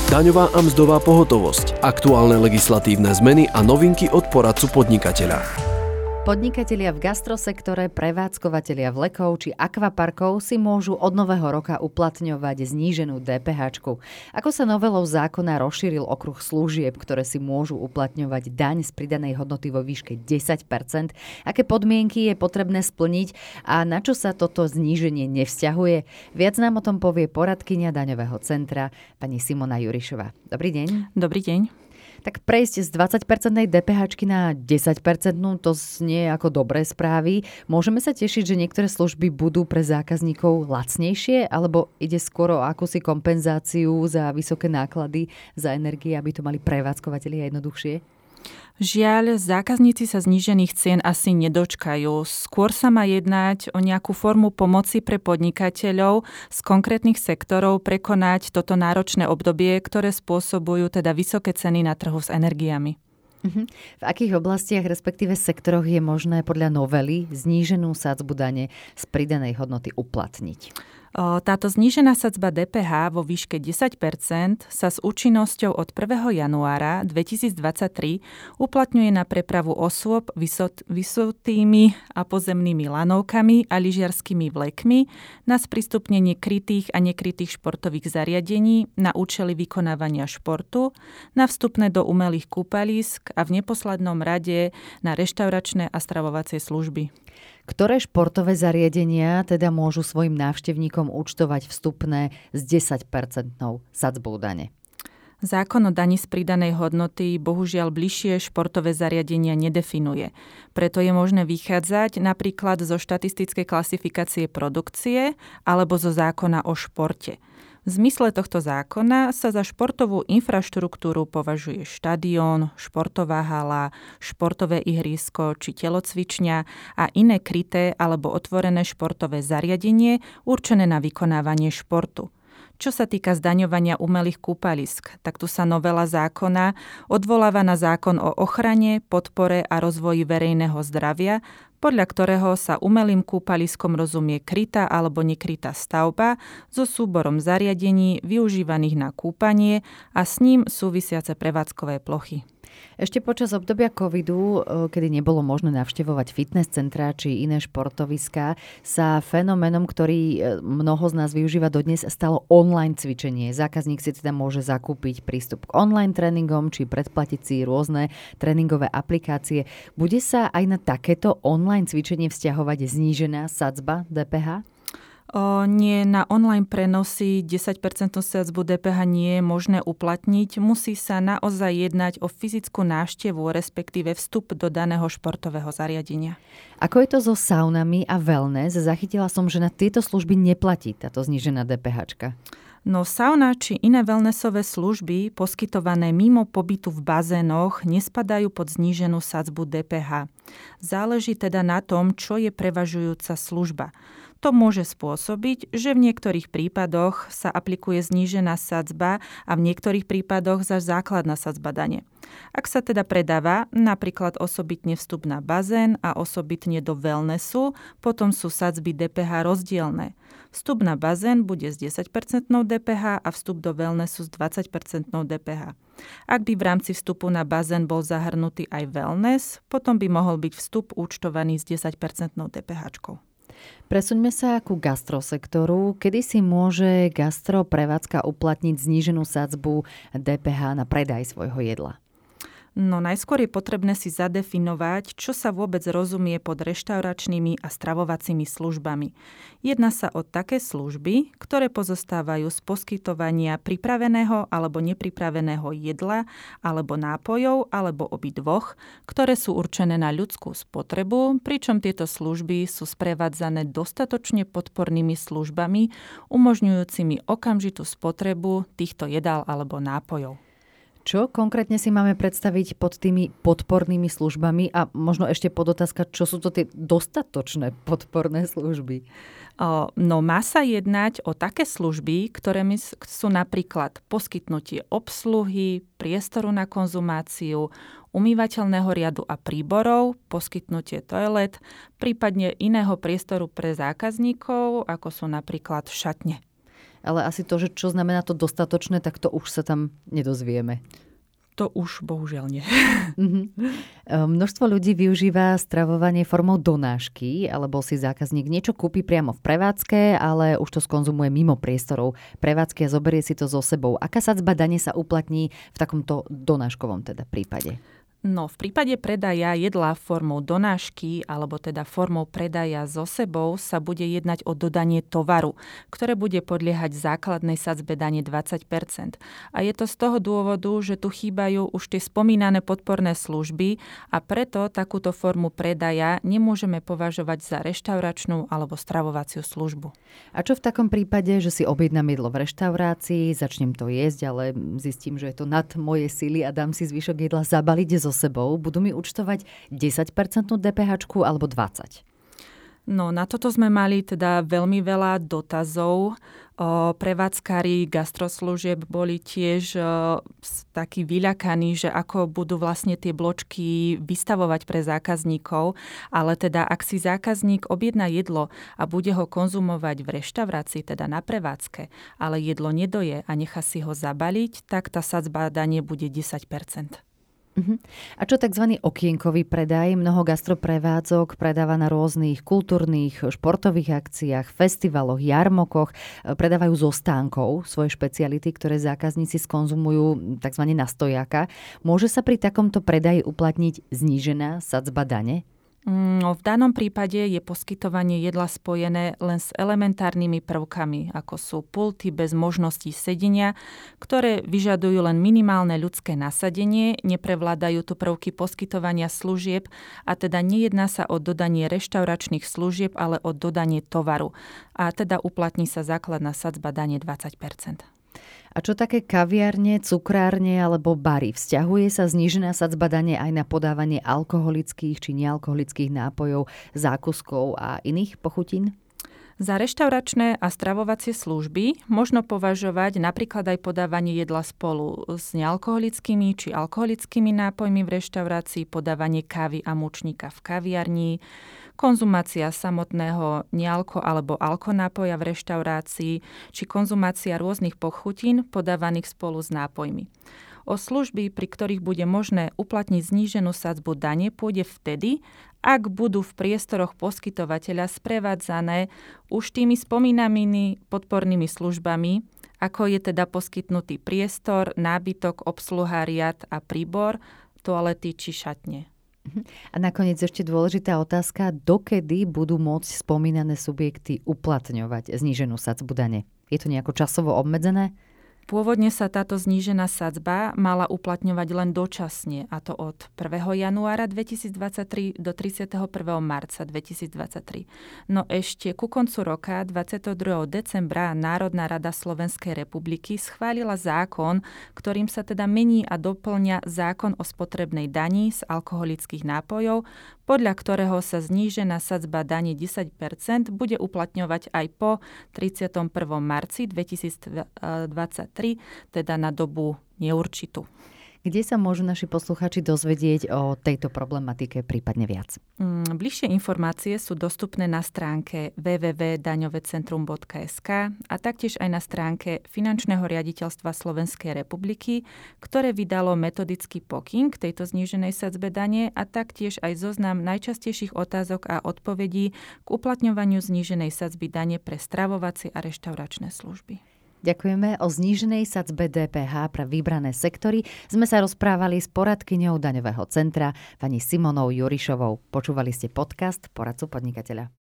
Daňová a mzdová pohotovosť, aktuálne legislatívne zmeny a novinky od poradcu podnikateľa. Podnikatelia v gastrosektore, prevádzkovatelia vlekov či akvaparkov si môžu od nového roka uplatňovať zníženú DPH-čku. Ako sa novelou zákona rozšíril okruh služieb, ktoré si môžu uplatňovať daň z pridanej hodnoty vo výške 10%, aké podmienky je potrebné splniť a na čo sa toto zníženie nevzťahuje? Viac nám o tom povie poradkyňa daňového centra, pani Simona Jurišová. Dobrý deň. Dobrý deň. Tak prejsť z 20% DPH na 10%, to znie ako dobré správy. Môžeme sa tešiť, že niektoré služby budú pre zákazníkov lacnejšie, alebo ide skôr o akúsi kompenzáciu za vysoké náklady za energie, aby to mali prevádzkovatelia jednoduchšie? Žiaľ, zákazníci sa znížených cien asi nedočkajú. Skôr sa má jednať o nejakú formu pomoci pre podnikateľov z konkrétnych sektorov prekonať toto náročné obdobie, ktoré spôsobujú teda vysoké ceny na trhu s energiami. V akých oblastiach, respektíve sektoroch je možné podľa novely zníženú sadzbu dane z pridanej hodnoty uplatniť? Táto znížená sadzba DPH vo výške 10% sa s účinnosťou od 1. januára 2023 uplatňuje na prepravu osôb vysutými a pozemnými lanovkami a lyžiarskymi vlekmi, na sprístupnenie krytých a nekrytých športových zariadení, na účely vykonávania športu, na vstupné do umelých kúpalisk a v neposlednom rade na reštauračné a stravovacie služby. Ktoré športové zariadenia teda môžu svojim návštevníkom účtovať vstupné s 10% sadzbou dane? Zákon o dani z pridanej hodnoty bohužiaľ bližšie športové zariadenia nedefinuje. Preto je možné vychádzať napríklad zo štatistickej klasifikácie produkcie alebo zo zákona o športe. V zmysle tohto zákona sa za športovú infraštruktúru považuje štadión, športová hala, športové ihrisko či telocvičňa a iné kryté alebo otvorené športové zariadenie určené na vykonávanie športu. Čo sa týka zdaňovania umelých kúpalisk, tak tu sa novela zákona odvoláva na zákon o ochrane, podpore a rozvoji verejného zdravia, podľa ktorého sa umelým kúpaliskom rozumie krytá alebo nekrytá stavba so súborom zariadení využívaných na kúpanie a s ním súvisiace prevádzkové plochy. Ešte počas obdobia covidu, kedy nebolo možné navštevovať fitness centrá či iné športoviská, sa fenoménom, ktorý mnoho z nás využíva dodnes, stalo online cvičenie. Zákazník si teda môže zakúpiť prístup k online tréningom či predplatiť si rôzne tréningové aplikácie. Bude sa aj na takéto online cvičenie vzťahovať znížená sadzba DPH? Nie, na online prenosy 10% sadzbu DPH nie je možné uplatniť. Musí sa naozaj jednať o fyzickú návštevu, respektíve vstup do daného športového zariadenia. Ako je to so saunami a wellness? Zachytila som, že na tieto služby neplatí táto znížená DPH-čka. No sauna či iné wellnessové služby poskytované mimo pobytu v bazénoch nespadajú pod zníženú sadzbu DPH. Záleží teda na tom, čo je prevažujúca služba. To môže spôsobiť, že v niektorých prípadoch sa aplikuje znížená sadzba a v niektorých prípadoch za základná sadzba dane. Ak sa teda predáva napríklad osobitne vstup na bazén a osobitne do wellnessu, potom sú sadzby DPH rozdielne. Vstup na bazén bude s 10% DPH a vstup do wellnessu s 20% DPH. Ak by v rámci vstupu na bazén bol zahrnutý aj wellness, potom by mohol byť vstup účtovaný s 10% DPH-čkou. Presuňme sa ku gastrosektoru. Kedy si môže gastroprevádzka uplatniť zníženú sadzbu DPH na predaj svojho jedla? No najskôr je potrebné si zadefinovať, čo sa vôbec rozumie pod reštauračnými a stravovacími službami. Jedná sa o také služby, ktoré pozostávajú z poskytovania pripraveného alebo nepripraveného jedla alebo nápojov alebo obidvoch, ktoré sú určené na ľudskú spotrebu, pričom tieto služby sú sprevádzané dostatočne podpornými službami, umožňujúcimi okamžitú spotrebu týchto jedál alebo nápojov. Čo konkrétne si máme predstaviť pod tými podpornými službami a možno ešte podotázka, čo sú to tie dostatočné podporné služby? No má sa jednať o také služby, ktoré sú napríklad poskytnutie obsluhy, priestoru na konzumáciu, umývateľného riadu a príborov, poskytnutie toalet, prípadne iného priestoru pre zákazníkov, ako sú napríklad šatne. Ale asi to, že čo znamená to dostatočné, tak to už sa tam nedozvieme. To už bohužiaľ nie. Množstvo ľudí využíva stravovanie formou donášky, alebo si zákazník niečo kúpi priamo v prevádzke, ale už to skonzumuje mimo priestorov prevádzky a zoberie si to so sebou. Aká sadzba dane sa uplatní v takomto donáškovom teda prípade? No, v prípade predaja jedla formou donášky alebo teda formou predaja so sebou sa bude jednať o dodanie tovaru, ktoré bude podliehať základnej sadzbe dane 20%. A je to z toho dôvodu, že tu chýbajú už tie spomínané podporné služby a preto takúto formu predaja nemôžeme považovať za reštauračnú alebo stravovaciu službu. A čo v takom prípade, že si objednám jedlo v reštaurácii, začnem to jesť, ale zistím, že je to nad moje sily a dám si zvyšok jedla zabaliť so sebou, budú mi účtovať 10% DPH alebo 20%? No, na toto sme mali teda veľmi veľa dotazov. Prevádzkári gastroslúžieb boli tiež takí vyľakaní, že ako budú vlastne tie bločky vystavovať pre zákazníkov, ale teda ak si zákazník objedná jedlo a bude ho konzumovať v reštaurácii, teda na prevádzke, ale jedlo nedoje a nechá si ho zabaliť, tak tá sadzba dane bude 10%. A čo tzv. Okienkový predaj? Mnoho gastroprevádzok predáva na rôznych kultúrnych, športových akciách, festivaloch, jarmokoch. Predávajú zostánkov svoje špeciality, ktoré zákazníci skonzumujú tzv. Na stojaka. Môže sa pri takomto predaji uplatniť znížená sadzba dane? V danom prípade je poskytovanie jedla spojené len s elementárnymi prvkami, ako sú pulty bez možností sedenia, ktoré vyžadujú len minimálne ľudské nasadenie, neprevládajú tu prvky poskytovania služieb a teda nejedná sa o dodanie reštauračných služieb, ale o dodanie tovaru. A teda uplatní sa základná sadzba dane 20%. A čo také kaviarne, cukrárne alebo bary? Vzťahuje sa znížená sadzba dane aj na podávanie alkoholických či nealkoholických nápojov, zákuskov a iných pochutín? Za reštauračné a stravovacie služby možno považovať napríklad aj podávanie jedla spolu s nealkoholickými či alkoholickými nápojmi v reštaurácii, podávanie kávy a mučníka v kaviarni, konzumácia samotného nealko alebo alkonápoja v reštaurácii či konzumácia rôznych pochutín podávaných spolu s nápojmi. O služby, pri ktorých bude možné uplatniť zníženú sadzbu dane, pôjde vtedy, ak budú v priestoroch poskytovateľa sprevádzané už tými spomínanými podpornými službami, ako je teda poskytnutý priestor, nábytok, obsluha, riad a príbor, toalety či šatne. A nakoniec ešte dôležitá otázka, dokedy budú môcť spomínané subjekty uplatňovať zníženú sadzbu dane? Je to nejako časovo obmedzené? Pôvodne sa táto znížená sadzba mala uplatňovať len dočasne, a to od 1. januára 2023 do 31. marca 2023. No ešte ku koncu roka 22. decembra Národná rada Slovenskej republiky schválila zákon, ktorým sa teda mení a doplňa zákon o spotrebnej dani z alkoholických nápojov, podľa ktorého sa znížená sadzba dane 10% bude uplatňovať aj po 31. marci 2023, teda na dobu neurčitú. Kde sa môžu naši poslucháči dozvedieť o tejto problematike prípadne viac? Bližšie informácie sú dostupné na stránke www.daňovecentrum.sk a taktiež aj na stránke Finančného riaditeľstva Slovenskej republiky, ktoré vydalo metodický pokyn k tejto zníženej sadzbe dane a taktiež aj zoznam najčastejších otázok a odpovedí k uplatňovaniu zníženej sadzby dane pre stravovacie a reštauračné služby. Ďakujeme. O zníženej sadzbe DPH pre vybrané sektory sme sa rozprávali s poradkyňou Daňového centra pani Simonou Jurišovou. Počúvali ste podcast Poradcu podnikateľa.